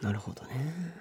なるほどね。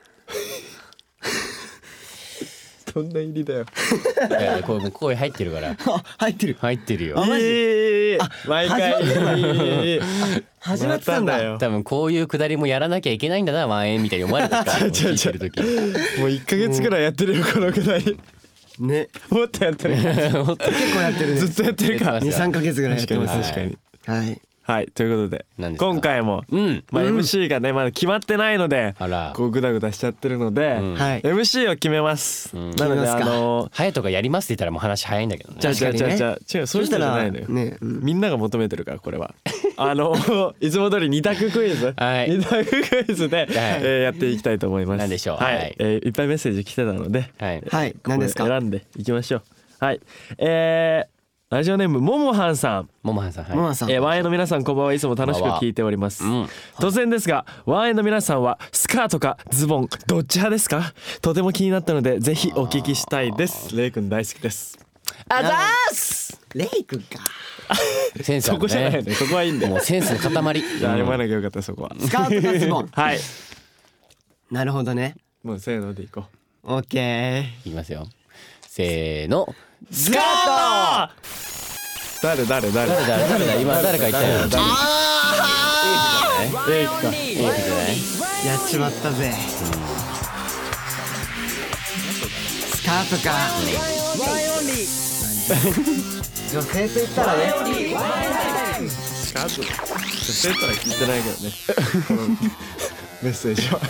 どんな入りだよ。 いやこう声入ってるから入ってる。 入ってるよ。 毎回始まってたんだよ。 多分こういうくだりもやらなきゃいけないんだなワンエンみたいに思われてるから聞いてる時もう1ヶ月ぐらいやってるよこのくだり。 ね。 もっとやってる。 結構やってるね。 ずっとやってるか。 2,3 ヶ月ぐらいやってます。 確かに。 はい。 はい、ということで何ですか今回も、 うんまあ、MC がねまだ決まってないので、 あらこうグダグダしちゃってるので、 はい。 MC を決めます、なので決めますか隼人がやりますって言ったらもう話早いんだけどね。 じゃあ確かにね違うそういう人じゃないのよ、 ね、うんみんなが求めてるからこれは。いつも通り2択クイズ、 はい 2択クイズで、やっていきたいと思います。 何でしょうはい、 はいいっぱいメッセージ来てたので、 はいはい。何ですか。 これ選んでいきましょう。はい、ラジオネームももはんさん、 ももはんさんはい。 モマさん。 ワンエンの皆さんこんばんはいつも楽しく聞いております、 うん突然ですがワンエンの皆さんはスカートかズボンどっち派ですか？とても気になったのでぜひお聞きしたいです。レイくん大好きです。 あざーす。 レイ君か。 センスあるそこじゃないね。 ね、そこはいいんだよ。 もうセンスの塊。 じゃあ謝らなきゃよかったそこは。 スカートかズボン。 はい、 なるほどね。 もうせーのでいこう。 オッケー。 いきますよ。せーの。 スカート。誰誰だ今誰か言ったよ。 レイクか。 エイクじゃない。 やっちまったぜ。スカートか。女性と言ったらね。 スカート。女性ったら聞いてないけどね。このメッセージは。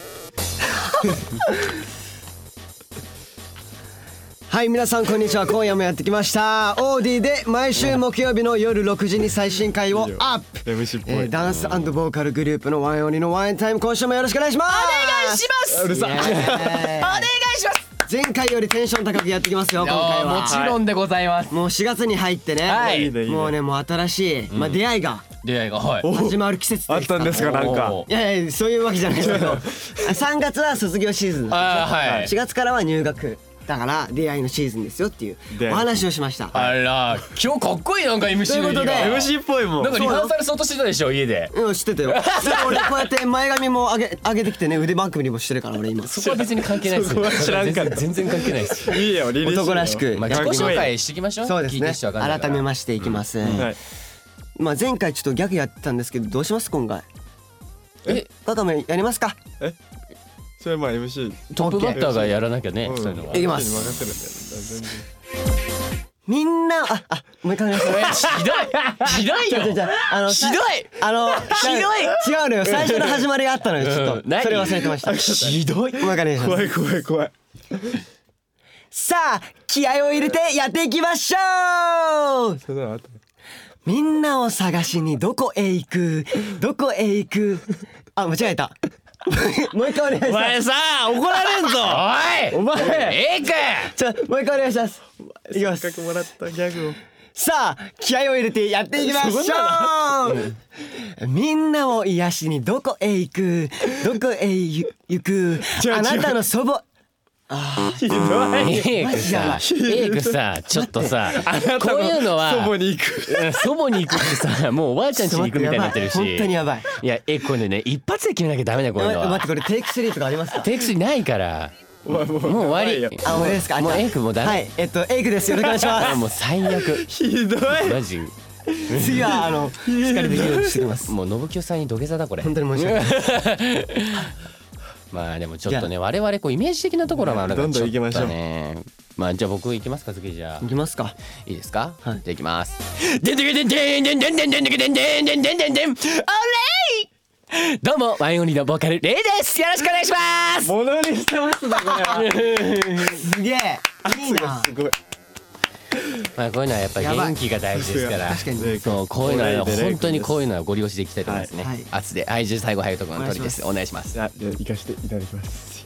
はい、皆さんこんにちは。今夜もやってきましたオーディで毎週木曜日の夜6時に最新回をアップ。 MC っぽい。 ダンス&ボーカルグループのワンオンリーのワンエンタイム、今週もよろしくお願いします。お願いします。 うるさい。 お願いします。前回よりテンション高くやってきますよ今回は。 もちろんでございます。 もう4月に入ってね、 はいいいねいいね。 もうねもう新しい、まあ、出会いが出会いがはい。 始まる季節あったんですかなんか。 おーいやいやそういうわけじゃないですけど3月は卒業シーズンだあーはい。 4月からは入学だから出会いのシーズンですよっていう出会いお話をしました。 あら今日かっこいいなんか MC の日が。 ということで MC っぽいもん。 なんかリハーサル相当してたでしょ家で。 うん、知ってたよ。俺こうやって前髪も上げてきてね、腕番組にもしてるから俺今そこは別に関係ないですよ。 そこは知らんかった全然関係ないですよ。 いいよリリースよ。 男らしくまあ自己紹介していきましょう。 そうですね聞いてる人わかんないから改めましていきます、 はい。 まあ前回ちょっとギャグやってたんですけどどうします今回。カカもやりますか。 それまあ MC。 トップバッターがやらなきゃね。 うんそういうのは。 いきます MC に任せるんだよ。全然。 みんなもう一回お願いします。 ひどいひどいよ。 じゃひどいひどい違うのよ、最初の始まりがあったのよ、ちょっと何それ忘れてました。 ひどい。 もう一回お願いします。 怖い怖い怖い。 さあ気合を入れてやっていきましょう。 そんなのあったね。 みんなを探しにどこへ行くどこへ行く。あ、間違えた。もう一回お願いします。 お前さ怒られんぞ。 おいお前。 エイク。 もう一回お願いします。いきませっかす。 くもらったギャグを。 さあ気合を入れてやっていきましょう。みんなを癒しにどこへ行くどこへ行く。あなたの祖母。 ひどい。 エイクさエイクさちょっとさこういうのは祖母に行く。 祖母に行くってさもうおばあちゃん家に行くみたいになってるし。 本当にやばい。 いやこれね一発で決めなきゃダメだよこういうのは。 待ってこれテイク3とかありますか。 テイク3ないからもう終わり。 あ、俺ですか。 もうエイクもうダメ。 はいエイクです。よろしくお願いしまもう最悪。 ひどい。 マジす。次はしっかりできるようにしてきます。 もう信清さんに土下座だこれ。 本当に申し訳ない。 まあでもちょっとね我々こうイメージ的なところはあるからどんどん行きましょうね。まあじゃあ僕行きますか次じゃあいきますか。 いいですか。 はいじゃあ行きます。でんでんでんでんでんでんでんでんでんでんでんでんでんでんでんオレイ。どうもワインオンリーのボーカルレイです。よろしくお願いします。 ものにしてますねこれは。 すげえいいな。 すごい。 まあこういうのはやっぱり元気が大事ですから。 確かに。 そうこういうのは本当にこういうのはご利用しでいきたいと思いますね。 はい圧で愛知最後入るところの鳥です。お願いします。 じゃあ行かせていただきます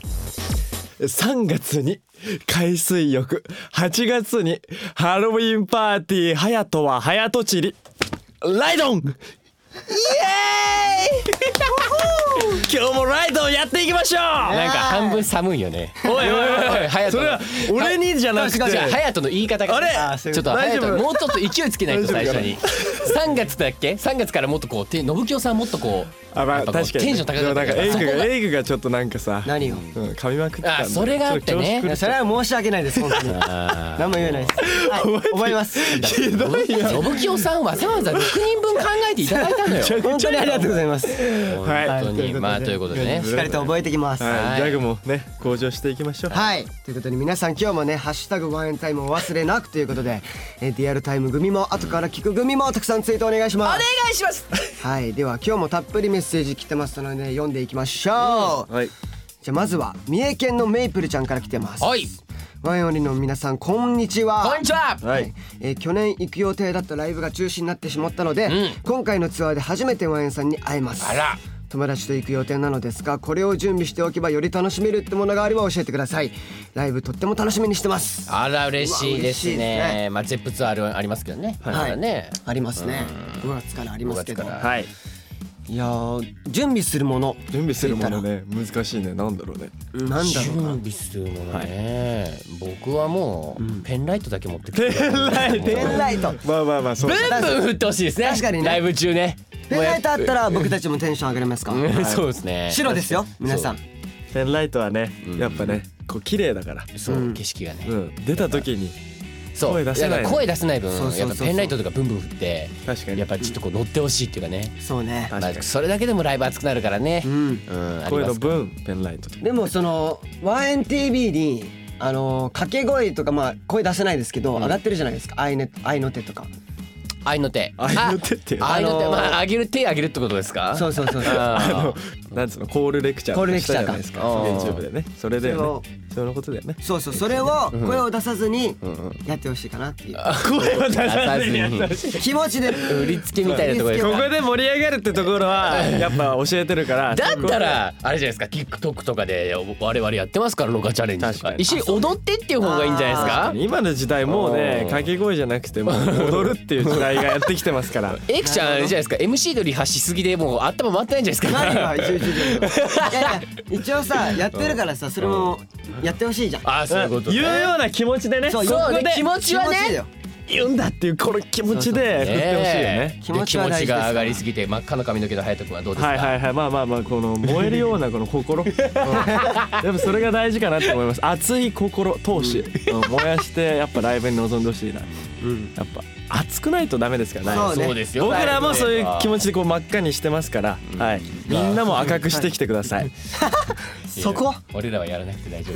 。3月に海水浴、8月にハロウィンパーティー、ハヤトはハヤトチリライドン。 今日もライトをやっていきましょう。 なんか半分寒いよね。 おいおいおい、 隼人それは俺にじゃなくて、 違う隼人の言い方があれちょっと隼人もうちょっと勢いつけないと最初に。3月だっけ？3月からもっとこう信清さんもっとこうあ、まあやっぱこう確かにテンション高かったなんかからそこがエイグがちょっとなんかさ、 何を噛みまくってたんで。 あそれがあってねちょっと調子狂っそれは申し訳ないです本当に何も言えないですはい覚えますひどいよ。 信清さんわざわざ6人分考えていただいたのよ。 本当にありがとうございますはい本当にまあということでね。 しっかりと覚えてきますはい、ギャグもね向上していきましょう。 はいということで皆さん今日もねハッシュタグワンエンタイムをお忘れなくということでリアルタイム組も後から聞く組もたくさんツイートお願いします。 お願いします。 はいでは今日もたっぷりメッセージ来てますので読んでいきましょう、 はい。 じゃあまずは三重県のメイプルちゃんから来てます。 はいワンエンオンリーの皆さんこんにちは。 こんにちは。 はい。 去年行く予定だったライブが中止になってしまったので、今回のツアーで初めてワンエンさんに会えます。 あら友達と行く予定なのですがこれを準備しておけばより楽しめるってものがあれば教えてください。ライブとっても楽しみにしてます。 あら嬉しいですうわ嬉しいですね。 ねまあゼップツアーありますけどね。 はいまだね。 ありますね。5月からありますけど 5月からはい。 いやー準備するもの準備するものね難しいね。なんだろうね。 なんだろう準な備するものね。僕はもうペンライトだけ持ってくる。 ペンライト。 ペンライトまあまあまあそう。 ブンブン振ってほしいですね。 確かにねライブ中ね。 ペンライトあったら僕たちもテンション上がりますか。 うんそうですね。 白ですよ皆さん。 ペンライトはねやっぱねこう綺麗だから。 そう景色がね。 出た時にそう声出せないだから声出せない分そうそうそうそうやっぱペンライトとかブンブン振って確かにやっぱちょっとこう乗ってほしいっていうかね。 そうね。 確かにまあそれだけでもライブ熱くなるからね。 うんあり声ますからの分ペンライト。 でもそのワンエン TV に掛け声とかまあ声出せないですけど上がってるじゃないですか。愛の手とか。 愛の手。 愛の手って愛の手まあ上げる手上げるってことですか。 そうそうそうそう。 あなんつうのコールレクチャーコールレクチャーかしたじゃないですか。 うん YouTube でね。それだよね。そのことだよね。 そうそうそれを声を出さずにやってほしいかなっていう声を出さずに出さずにやってほしい。 気持ちで売りつけみたいなところですか。 ここで盛り上がるってところはやっぱ教えてるから。 だったらあれじゃないですか TikTok とかで我々やってますからロカチャレンジとか確かに一緒に踊ってっていう方がいいんじゃないですか。 今の時代もうね掛け声じゃなくてもう踊るっていう時代がやってきてますから。 エクちゃんあれじゃないですか MC のリハしすぎでもう頭回ってないんじゃないですか。 何がいやいや一応さやってるからさそれもやってほしいじゃん。 あそういうことね。 言うような気持ちでね。 そうそうね横で気持ちはね気持だよ言うんだっていうこの気持ちで振ってほしいよね。 気持ちは大事ですが上がりすぎて真っ赤な髪の毛の隼人君はどうですか。 はいはいはい、まあまあまあこの燃えるようなこの心、やっぱそれが大事かなって思います。熱い心闘志、燃やしてやっぱライブに臨んでほしいな。やっぱ熱くないとダメですからね。 そうねそうですよ。 僕らもそういう気持ちでこう真っ赤にしてますから、はい、みんなも赤くしてきてください。 そこ俺らはやらなくて大丈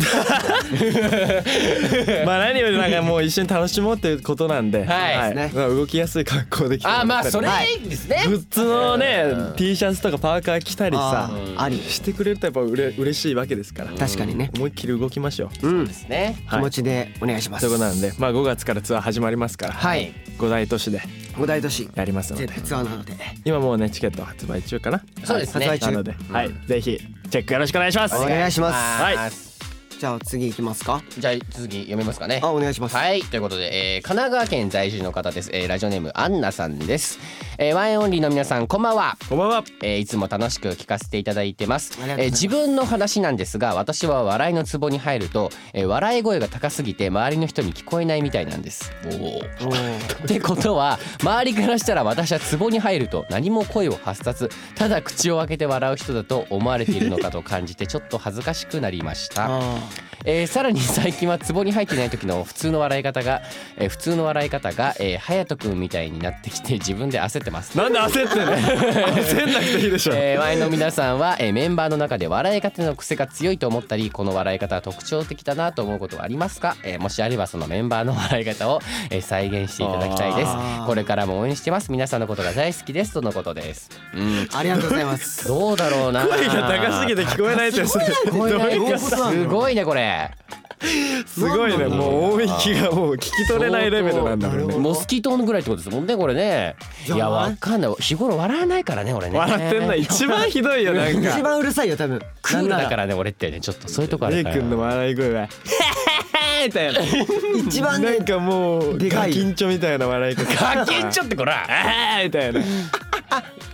まあ何よりなんかもう一緒に楽しもうっていうことなんで、 はいねまあ動きやすい格好できて夫。あまあそれはいいいですね。 グッズのね T シャツとかパーカー着たりさありしてくれるとやっぱ嬉しいわけですから、 確かにね思いっきり動きましょう。 うんですね。 気持ちでお願いします。 ということなんで、まあ5月からツアー始まりますから、 はい 5大都市で五大都市やりますので、 絶ツアーなので今もうねチケット発売中かな。 そうですね。 発売中なので、はい、ぜひチェックよろしくお願いします。 お願いします。 はいじゃあ次行きますか。 じゃあ次読めますかね。 あお願いします。 はいということで、神奈川県在住の方です、ラジオネームアンナさんです、ワンエンオンリーの皆さんこんばんは。 こんばんは。 いつも楽しく聞かせていただいてます。 ありがとうございます自分の話なんですが私は笑いのツボに入ると、笑い声が高すぎて周りの人に聞こえないみたいなんです。おーってことは周りからしたら私はツボに入ると何も声を発さずただ口を開けて笑う人だと思われているのかと感じてちょっと恥ずかしくなりました。さらに最近はツボに入っていない時の普通の笑い方が、隼人くんみたいになってきて自分で焦ってます。 なんで焦ってんの焦んなくていいでしょ。 ワインの皆さんは、メンバーの中で笑い方の癖が強いと思ったりこの笑い方は特徴的だなと思うことはありますか。もしあればそのメンバーの笑い方を、再現していただきたいです。これからも応援してます。皆さんのことが大好きですとのことです。 ありがとうございます。 どうだろうな。 声が高すぎて聞こえないってす声がどういうことすごいねこれ。 すごいね。もう大域がもう聞き取れないレベルなんだもんね。 モスキート音ぐらいってことですもんねこれね。いやわかんない日頃笑わないからね俺ね。 笑ってんの一番ひどいよなん一か。 番うるさいよ多分。 クールだからね俺ってねちょっとそういうとこあるから。 レイ君の笑い声はみたいな。 一番ねなんかもうでかいガキンチョみたいな笑い方。 ガキンチョってこら。 あーみたいな。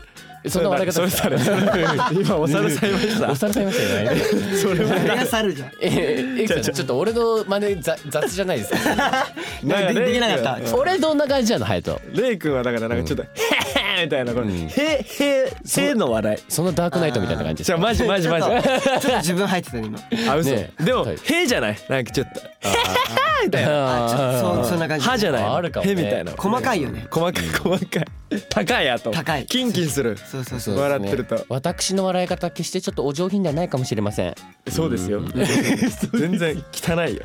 そんな笑い方それ猿今お猿さんいましたお猿さんいましたよねそれは誰が猿じゃん。 エクさんちょっと俺の真似雑じゃないですかなんかできなかった俺どんな感じなのハヤトレイ君はだからなんかちょっとへへみたいなこのへの笑いそんなダークナイトみたいな感じですじゃあマジちょっと自分入ってたね今。 あ嘘ねでもはいへじゃないなんかちょっとみたいなそんな感じ。 はじゃないあるかもねへみたいな細かいよね。 細かい高いあと高いキンキンするそうそうそう。 そうですね笑ってると私の笑い方決してちょっとお上品ではないかもしれませんそうですよ全然汚いよ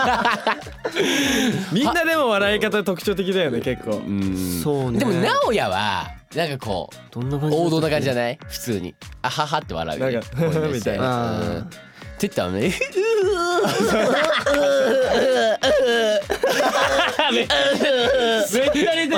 みんなでも笑い方特徴的だよね結構そうね。 でも直哉はなんかこうどんな感じ？ 王道な感じじゃない普通にあははって笑うよねなんかこううねみたいなうんって言ったらねめっちゃ似て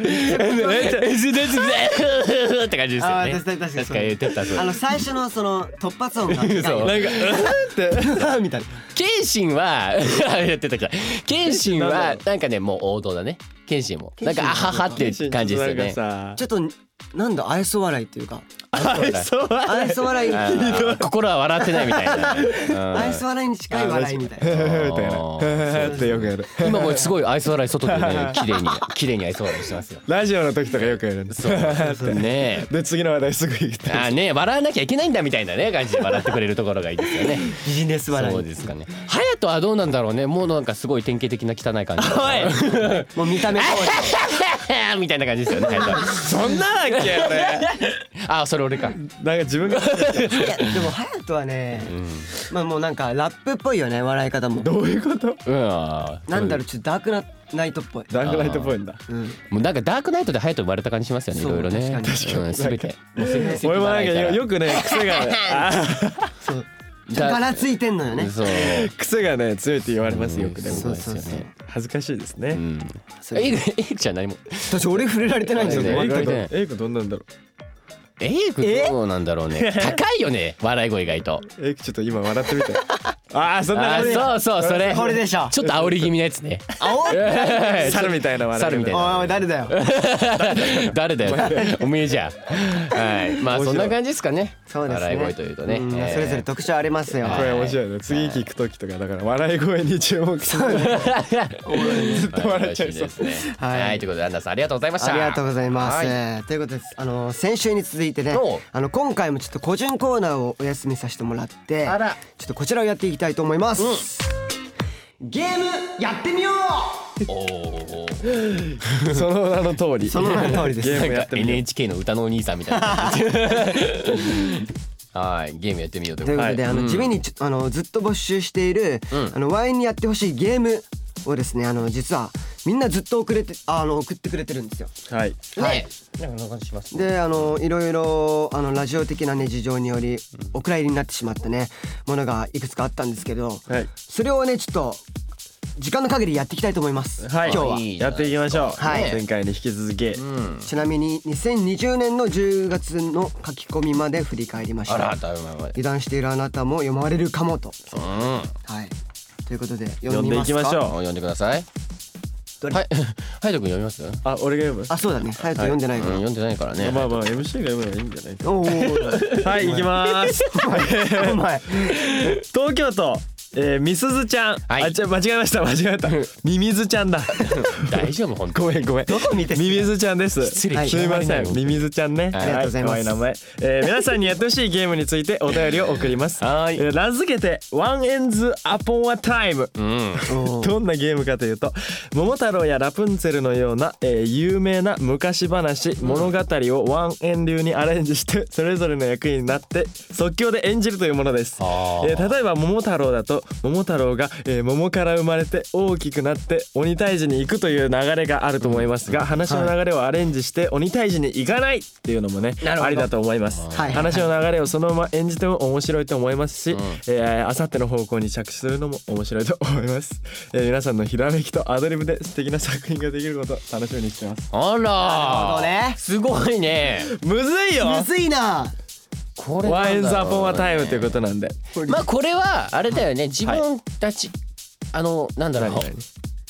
るって感じですよね確かに確かに確かに言ってたそう最初のその突発音が近いそうよなんかってみたいな。 謙信はやってたから謙信はなんかねもう王道だね謙信もなんかあははっていう感じですよねさちょっとなんだ愛想笑いっていうか愛想笑愛想笑いあー心は笑ってないみたいな愛想笑いに近い笑いみたいな。 みたいなってよくやる今もすごい愛想笑い外でね綺麗に愛想笑いしてますよラジオの時とかよくやるんですそうねで次の話題すぐ行ってあね笑わなきゃいけないんだみたいなね感じで笑ってくれるところがいいですよねビジネス笑い。 そうですかね隼人はどうなんだろうねもうなんかすごい典型的な汚い感じもう見た目みたいな感じですよね隼人そんなだっけ俺あそれ俺かなんか自分がいやでも隼人はね、まあもうなんかラップっぽいよね笑い方も。 どういうことなんだろうちょっとダークナイトっぽい。 ダークナイトっぽいんだうん。 もうなんかダークナイトで隼人生まれた感じしますよねいそうろいろね確かうん全てもう全て俺もなんかよくね癖がねそう。ばらついてんのよね。 そう癖がね強いって言われますよくねそうそうそう。 恥ずかしいですねうんそうエイクちゃん何も私俺触れられてないんだよそうね。 割とねエイクどんなんだろエイクどうなんだろうね高いよね笑い声意外とうエイクちょっと今笑ってみてあそんなあ感じそうそれこれでしょ。 ちょっと煽り気味なやつね猿みたいな笑い猿みたいなおい誰だよ。 誰だよおめえじゃんはいまあそんな感じですかねそうですね。 笑い声というとねんそれぞれ特徴ありますよ。 これ面白いね次聞く時とかだから笑い声に注目してずっと笑っちゃいそうですねはいはいということでアンダーさんありがとうございましたありがとうございます。 はということです。先週に続いてねおう、 今回もちょっと個人コーナーをお休みさせてもらって、 あらちょっとこちらをやっていきたいと思います。ゲームやってみよおーその名の通りその名の通りですゲーなんかムやってみよう NHK の歌のお兄さんみたいなはいゲームやってみようとう。ということで、 はい地味にずっと募集している、ワインにやってほしいゲームをですね、実はみんなずっと送ってくれてるんですよ。 はいねなんかそんな感じしますでいろいろラジオ的なね事情によりお蔵入りになってしまったねものがいくつかあったんですけど、 はいそれをねちょっと時間の限りやっていきたいと思います。 はい今日は。 いいやっていきましょうはい前回に引き続きちなみに2020年の10月の書き込みまで振り返りました。 あらだいぶ前まで油断しているあなたも読まれるかもと。はい。ということで読んでみますか。 読んでいきましょう読んでくださいどれはい隼人君読みますあ俺が読むあそうだね。隼人読んでないから。 読んでないからねまあまあ MC が読むのはいいんじゃないかおお。 はい行きますお前。 東京都みすずちゃんはいあ間違えましたみみずちゃんだ大丈夫本当ごめんどこ見てみみずちゃんです失礼はいすみませんはいみみずちゃんねありがとうございます可愛名前皆さんにやってほしいゲームについてお便りを送りますはい名付けて One Ends Upon a Time うんどんなゲームかというと桃太郎やラプンツェルのような、有名な昔話、物語をワンエン流にアレンジしてそれぞれの役になって即興で演じるというものです、 あー例えば桃太郎だと桃太郎が、桃から生まれて大きくなって鬼退治に行くという流れがあると思いますが、話の流れをアレンジして鬼退治に行かないっていうのもねなるほどありだと思います、 はい話の流れをそのまま演じても面白いと思いますし、あさっての方向に着地するのも面白いと思います、皆さんのひらめきとアドリブで素敵な作品ができることを楽しみにしてますあらなるほどねすごいねむずいよむずいな。 これワインズアポンアはタイムということなんでまあこれはあれだよね自分たちなんだろう何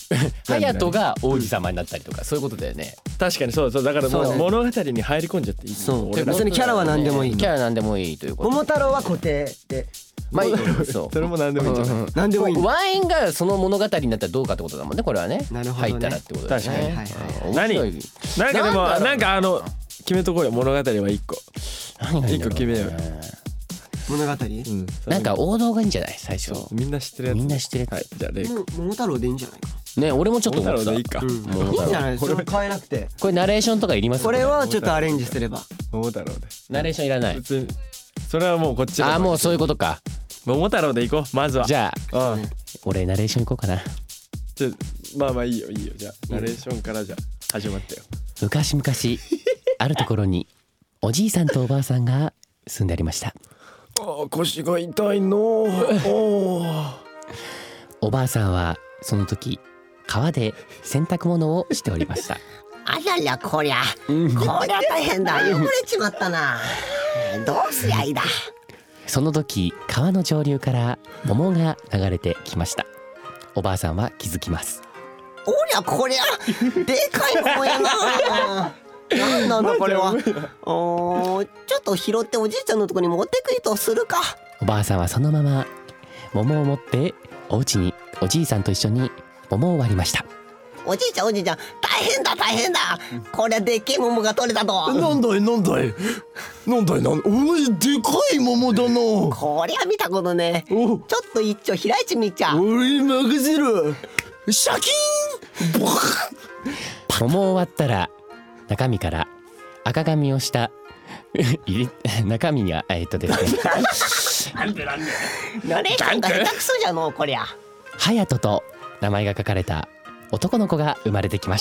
隼人が王子様になったりとかそういうことだよね。 確かにそうそう、だからもそうう物語に入り込んじゃっていい。 そう俺ら別にキャラは何でもいいキャラなんでもいいということ。 桃太郎は固定でまあそうそれも何でもいいんじゃない。 何でもいいんだワインがその物語になったらどうかってことだもんねこれはね。 なるほどね入ったらってことだよね。 確かにはいうん面白い。 なんかでもなんだろうなんか決めとこうよ、物語は一個。 何がいいんだろうね一個決めようよ。 物語うんなんか王道がいいんじゃない最初。 みんな知ってるやつ。 みんな知ってるやつはい、じゃあレイ君。 桃太郎でいいんじゃないかね俺もちょっと思ってた。 桃太郎でいいか。 いいんじゃないそれも変えなくてこれナレーションとかいります？ これはちょっとアレンジすれば桃太郎で。 ナレーションいらない。 別にそれはもうこっちの。 ああもうそういうことか。 桃太郎で行こうまずは。 じゃあうん。 俺ナレーション行こうかな。 じゃあまあまあいいよいいよ、じゃあナレーションからじゃあ始まってよ。 昔々あるところにおじいさんとおばあさんが住んでありました。 腰が痛いの。おおばあさんはその時川で洗濯物をしておりました。 ありゃりゃこりゃこりゃ大変だ汚れちまったなどうすりゃいいだその時川の上流から桃が流れてきました。おばあさんは気づきます。 おりゃこりゃでかい桃やななんなんだこれはちょっと拾っておじいちゃんのとこに持ってくるとするか。 おばあさんはそのまま桃を持ってお家におじいさんと一緒に桃を割りました。 おじいちゃんおじいちゃん大変だ大変だこりゃでっけえ桃が取れたとなんだいなんだいなんだいおいでかい桃だな。 こりゃ見たことねおちょっと一丁開いてみちゃ俺任せろ。シャキーンボ桃を割ったら中身から赤髪をした中身がですねナレーションが下手くそじゃのこりゃ隼人と名前が書かれた男の子が生まれてきました。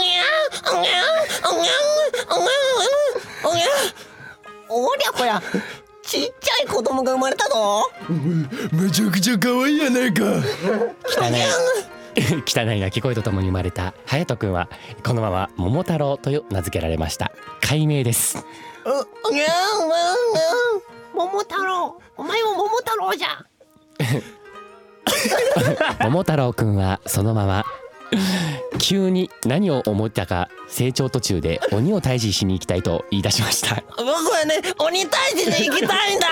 おりゃこりゃちっちゃい子供が生まれたぞめちゃくちゃ可愛いやないか。 汚い鳴き声とともに生まれた隼人くんはこのまま桃太郎と名付けられました。改名です。 桃太郎お前も桃太郎じゃ桃太郎くんはそのまま急に何を思ったか成長途中で鬼を退治しに行きたいと言い出しました。 僕はね鬼退治に行きたいんだ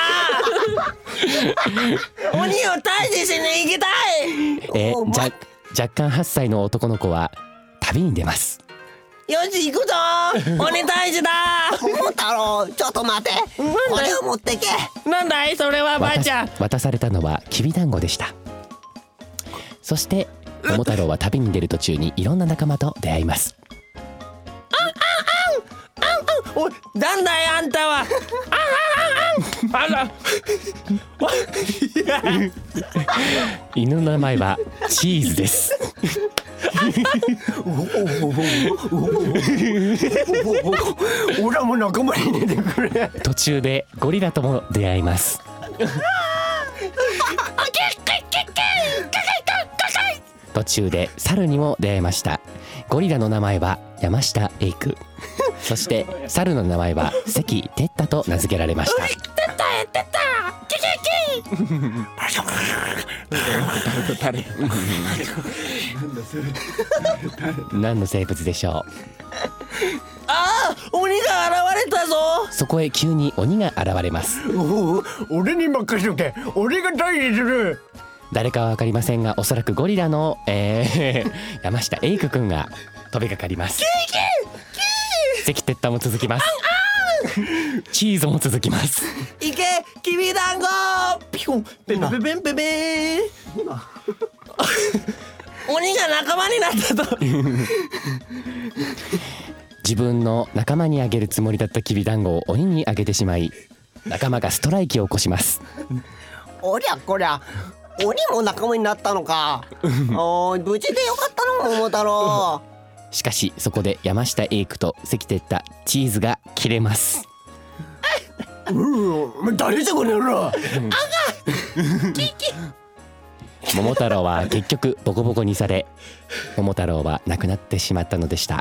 鬼を退治しに行きたい若干8歳の男の子は旅に出ます。 よし行くぞ鬼退治だ桃太郎ちょっと待てこれを持ってけなんだいそれはばあちゃん。 渡されたのはきびだんごでした。そして桃太郎は旅に出る途中にいろんな仲間と出会います。 おいなんだいあんたは。あら犬の名前はチーズです。 俺らも仲間に出てくれ途中でゴリラとも出会います。途中で猿にも出会いました。ゴリラの名前は山下エイク、そして猿の名前は関テッタと名付けられました。何の生物でしょ鬼が現れたぞう。そこへ急に鬼が現れます。 俺に任せとけ俺が退治する誰かは分かりませんがおそらくゴリラの、山下エイクくんが飛びかかります。関テッタも続きます。チーズも続きます。 いけきびだんごピコンペペペペンペペー鬼が仲間になったと自分の仲間にあげるつもりだったきびだんごを鬼にあげてしまい仲間がストライキを起こします。 おりゃこりゃ鬼も仲間になったのかおー無事でよかったの桃太郎しかしそこで山下エイクと関てったチーズが切れます。 誰じゃこの野郎桃太郎は結局ボコボコにされ桃太郎は亡くなってしまったのでした。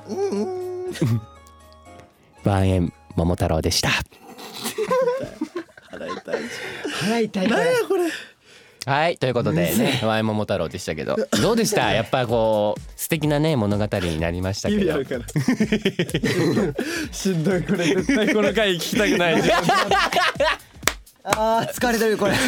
ワンエン桃太郎でした。 払いたいからはいということでねワイ桃太郎でしたけどどうでしたやっぱこう素敵なね物語になりましたけど意味あるからしんどいこれ絶対この回聞きたくないあー疲れてるこれ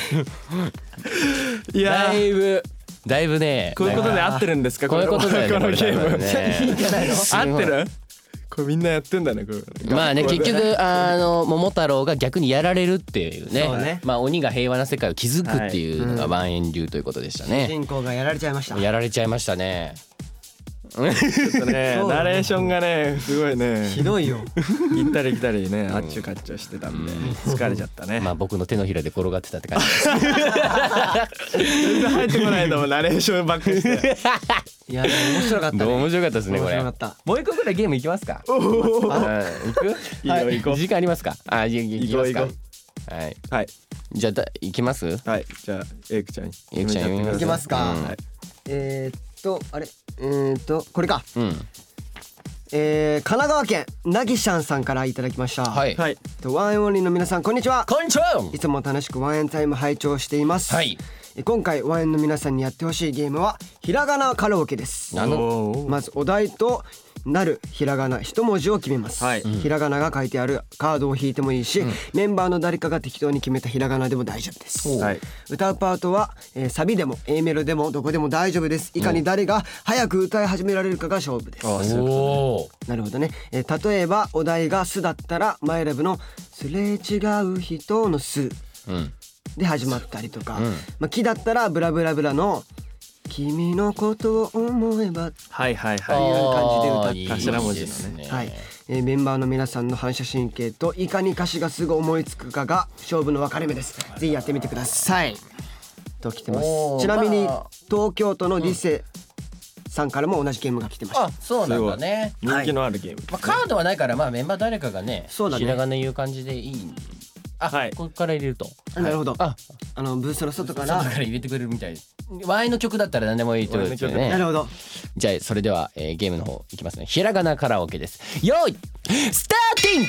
いやーだいぶねこういうことで合ってるんですかこういうことだよねこのゲームこれね合ってるこれみんなやってんだねこれまあね結局桃太郎が逆にやられるっていうねそうねまあ鬼が平和な世界を築くっていうのがワンエン流ということでした主ね、 人公がやられちゃいました。 やられちゃいましたねちょっとねナレーションがねすごいねひどいよ。 行ったり来たりねあっちゅうかっちゅうしてたんで疲れちゃったねまあ僕の手のひらで転がってたって感じです全然入ってこないのもナレーションばっかりしていやでも面白かったね。 面白かったですねこれ面白かった。 もう一個ぐらいゲームいきますか行くいいよ行こう時間ありますか行きますか行こはいはいじゃあ行きますはいじゃあエイクちゃんエイクちゃん読みますいきますか。 はいあれこれか。 うん神奈川県なぎしゃんさんからいただきました。 はいはいワンエンオンリーの皆さんこんにちは。 こんにちはいつも楽しくワンエンタイム拝聴しています。 はい今回ワンエンの皆さんにやってほしいゲームはひらがなカラオケです。まずお題となるひらがな一文字を決めます、 はいひらがなが書いてあるカードを引いてもいいし、メンバーの誰かが適当に決めたひらがなでも大丈夫です、 はい歌うパートは、サビでも A メロでもどこでも大丈夫です。いかに誰が早く歌い始められるかが勝負です。 おなるほどね、例えばお題がすだったらマイラブのすれ違う人のすうんで始まったりとか、きだったらブラブラブラの君のことを思えば、 はいはいあはいう感じで歌って頭文字のねはい、メンバーの皆さんの反射神経といかに歌詞がすぐ思いつくかが勝負の分かれ目です。ぜひやってみてくださいと来てます。ちなみに東京都のリセさんからも同じゲームが来てました。 あそうなんだねい人気のあるゲームまあカードはないからまあメンバー誰かがねそうだねひらがな言う感じでいいあ、 はいここから入れるとなるほど、 あブースの外から外から入れてくれるみたいですワイの曲だったら何でもいいってことですよねなるほど。 じゃあそれでは、ゲームの方いきますねひらがなカラオケですよーいスターティン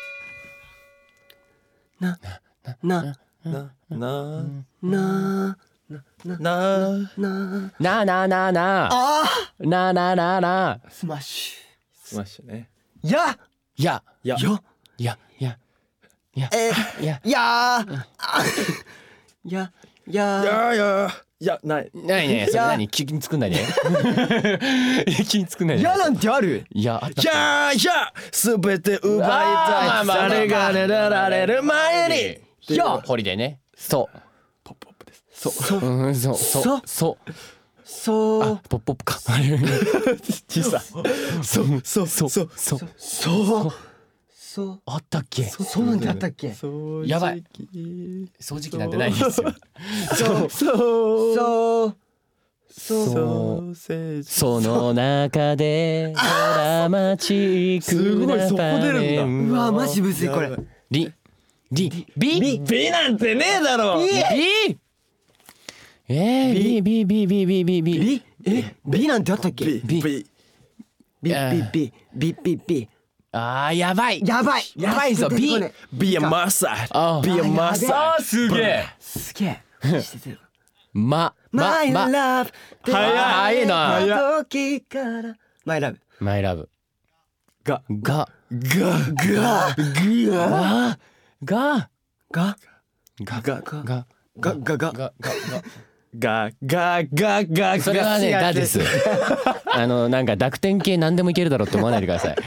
ななななななななななななななスマッシスマッシュねュやいやいやよいやいやいやいやややいやいやないないねそれ何気に作んないで気に作んないでやなんてある。 いやあったいやいやすべて奪いたい誰がねられる前にいやホリデーねそうポップアップですそううんそうそうそうそうポップアップかあれ小さそうそうそうそうそうそうそうあったっけそうなんてあったっけ。 やばい掃除機なんてないですよそうそうソーセージその中でドラマチックな場面うわマジむずいこれ。 リビビなんてねえだろビビビなんてあったっけ。 ビビビビあーやばいやばいぞ出てこねえビアマッサあービアマッサーすげえすげえ。 マ My love 早いな時から My love マイラブがががががががそれはねだですなんか濁点系何でもいけるだろうって思わないでください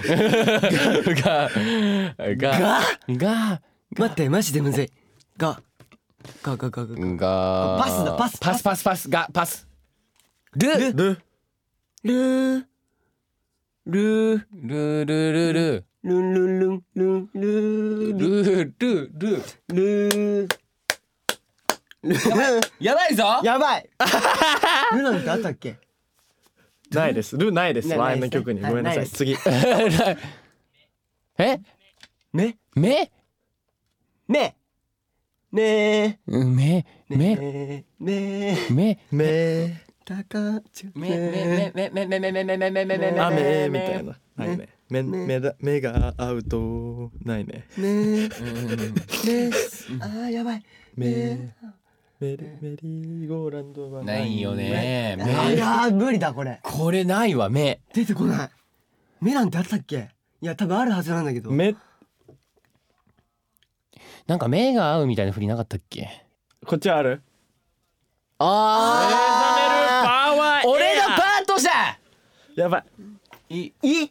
が待ってマジでむずい。ががパスだパスパスがパスルルルルルルルルルルンルンルンルンルルルルルやばいぞやばい。ルなんてあったっけ。 ないですルないですない前の曲にごめんなさないい次えめ目めめ目めめ目たかちゅ目雨みたいなないね目が合うとないねめめあーやばい目メリーゴーランドはないよね。 い目。 やー無理だこれ。 これないわ目。 出てこない。目なんてあったっけ？いや多分あるはずなんだけど。 目なんか目が合うみたいな振りなかったっけ？ こっちはある？ あパワーー。俺のパートじゃ。 やばいい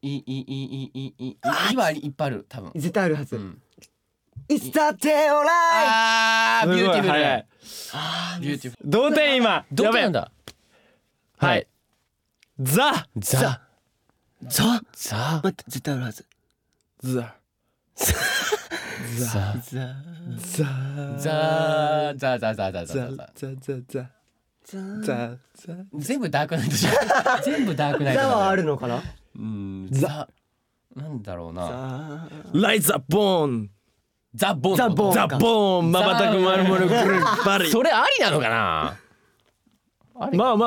今いっぱいある多分。 絶対あるはず。 ん It's the day of life。 あービューティフル。 早いビューティフル。 同点今どうなんだ。 はいザザザザ待って絶対あるはず。 ザザザザザザザザザザザ。 ザザ全部ダークナイトじゃん。全部ダークナイトだね。 ザはあるのかな？ うんザなんだろうな。 ライザボーンザボン。 ザボンザボーン瞬く丸々くるバリそれありなのかな。あり。 まああ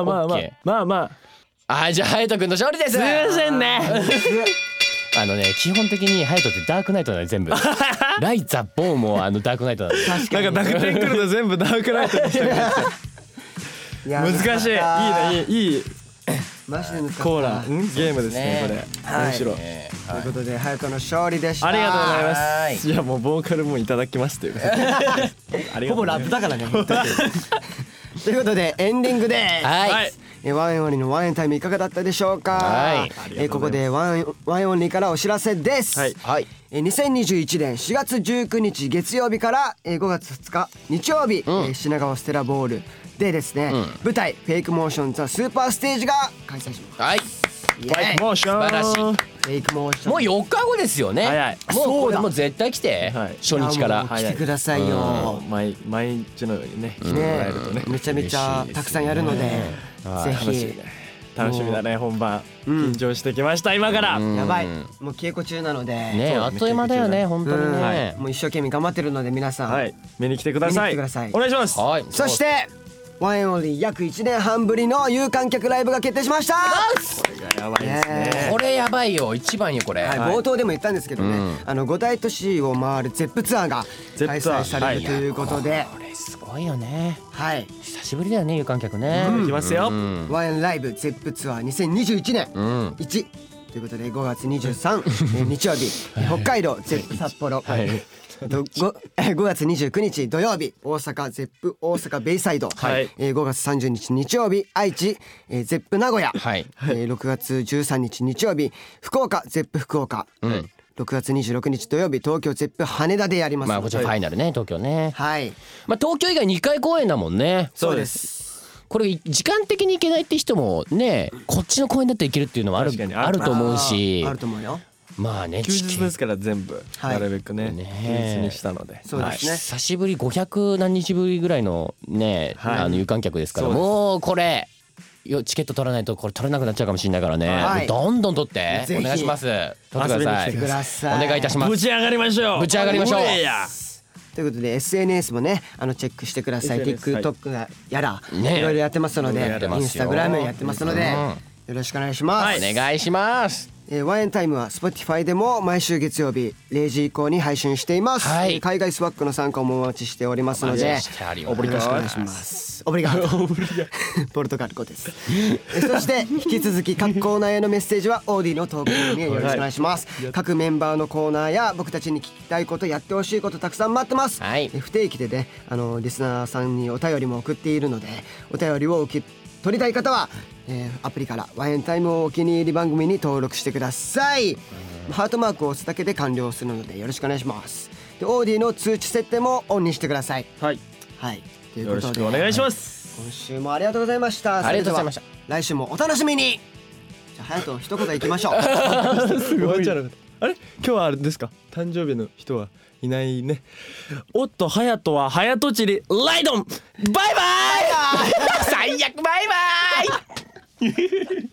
じゃあ隼人君の勝利です。 すいませんね基本的に隼人ってダークナイトなの全部。ライザボーンもダークナイトなの。 なんか濁点くると全部ダークナイトにしたくなっちゃう難しい。いいねいいマジで難しい。 コーラゲームですねこれ面白い。 ということで隼人の勝利でした。 ありがとうございはます。いやもうボーカルもいただきますということでありがとうほぼラップだからね。本当にということでエンディングです。 はい。 ワンエンオンリーのワンエンタイムいかがだったでしょうか。 はいここでワンエンオンリーからお知らせです。 はいはい。 2021年4月19日月曜日から5月2日日曜日、品川ステラボールでですね、舞台フェイクモーションザスーパーステージが開催します。 はい。 イエーイモーション素晴らしい。 フェイクモーションもう4日後ですよね。 早いもうこれもう絶対来て、 はい初日から。 来てくださいよ。 毎日のようにね来てもらえるとねめちゃめちゃたくさんやるので、ぜひ。 楽しみだね本番緊張してきました今からやばい、もう稽古中なので、 ねあっという間だよね本当にね。 もう一生懸命頑張ってるので皆さん、 はい見に来てください見に来てくださいお願いしますはい。 そしてワンエンオンリー約1年半ぶりの有観客ライブが決定しました。 やばいですねこれやばいよ一番よこれ。 はい、冒頭でも言ったんですけどね、5大都市を回るゼップツアーが開催されるということで、 これすごいよね。 はい、 久しぶりだよね有観客ね。 いきますよワンエンライブゼップツアー2021年1ということで5月23日曜日北海道ゼップ札幌、5月29日土曜日大阪ゼップ大阪ベイサイド、5月30日日曜日愛知ゼップ名古屋、 はい 6月13日日曜日福岡ゼップ福岡、6月26日土曜日東京ゼップ羽田でやります。 まあこちらファイナルね東京ね。 はいまあ東京以外2回公演だもんね。 そうです。 これ時間的に行けないって人もねこっちの公演だって行けるっていうのもある確かにあると思うしあると思うよ。 まあね休日ですから全部はいなるべくねね休日にしたのでそうですね。 久しぶり500何日ぶりぐらいのね、 はい有観客ですからそうですもうこれチケット取らないとこれ取れなくなっちゃうかもしれないからね、 はいどんどん取ってぜひお願いします取ってくださ遊びに来ていください。 お願いいたしますぶち上がりましょうぶち上がりましょういやいやということで SNS もねチェックしてください。 SNS TikTok やらねいろいろやってますので、 いろいろやってますよインスタグラムやってますので、よろしくお願いします。 お願いしますワンエンタイムは Spotify でも毎週月曜日0時以降に配信しています。 はい海外スワックの参加もお待ちしておりますので、よしてありますろしくお願いします。オブリガードポルトガル語ですそして引き続き各コーナーへのメッセージはオーディのトークによろしくお願いします。各メンバーのコーナーや僕たちに聞きたいことやってほしいことたくさん待ってます。 はい不定期でねリスナーさんにお便りも送っているので、お便りを受け取りたい方は、アプリからワンエンタイムをお気に入り番組に登録してください。ハートマークを押すだけで完了するのでよろしくお願いします。でオーディの通知設定もオンにしてください。 はいはい、というよろしことでくお願いします。 今週もありがとうございました。 ありがとうございました。 それでは来週もお楽しみに。じゃあ隼人一言いきましょうすごいじゃなかった。あれ今日はあれですか誕生日の人はいないね。おっと隼人は早とちりライドンバイバイ最悪バイバイ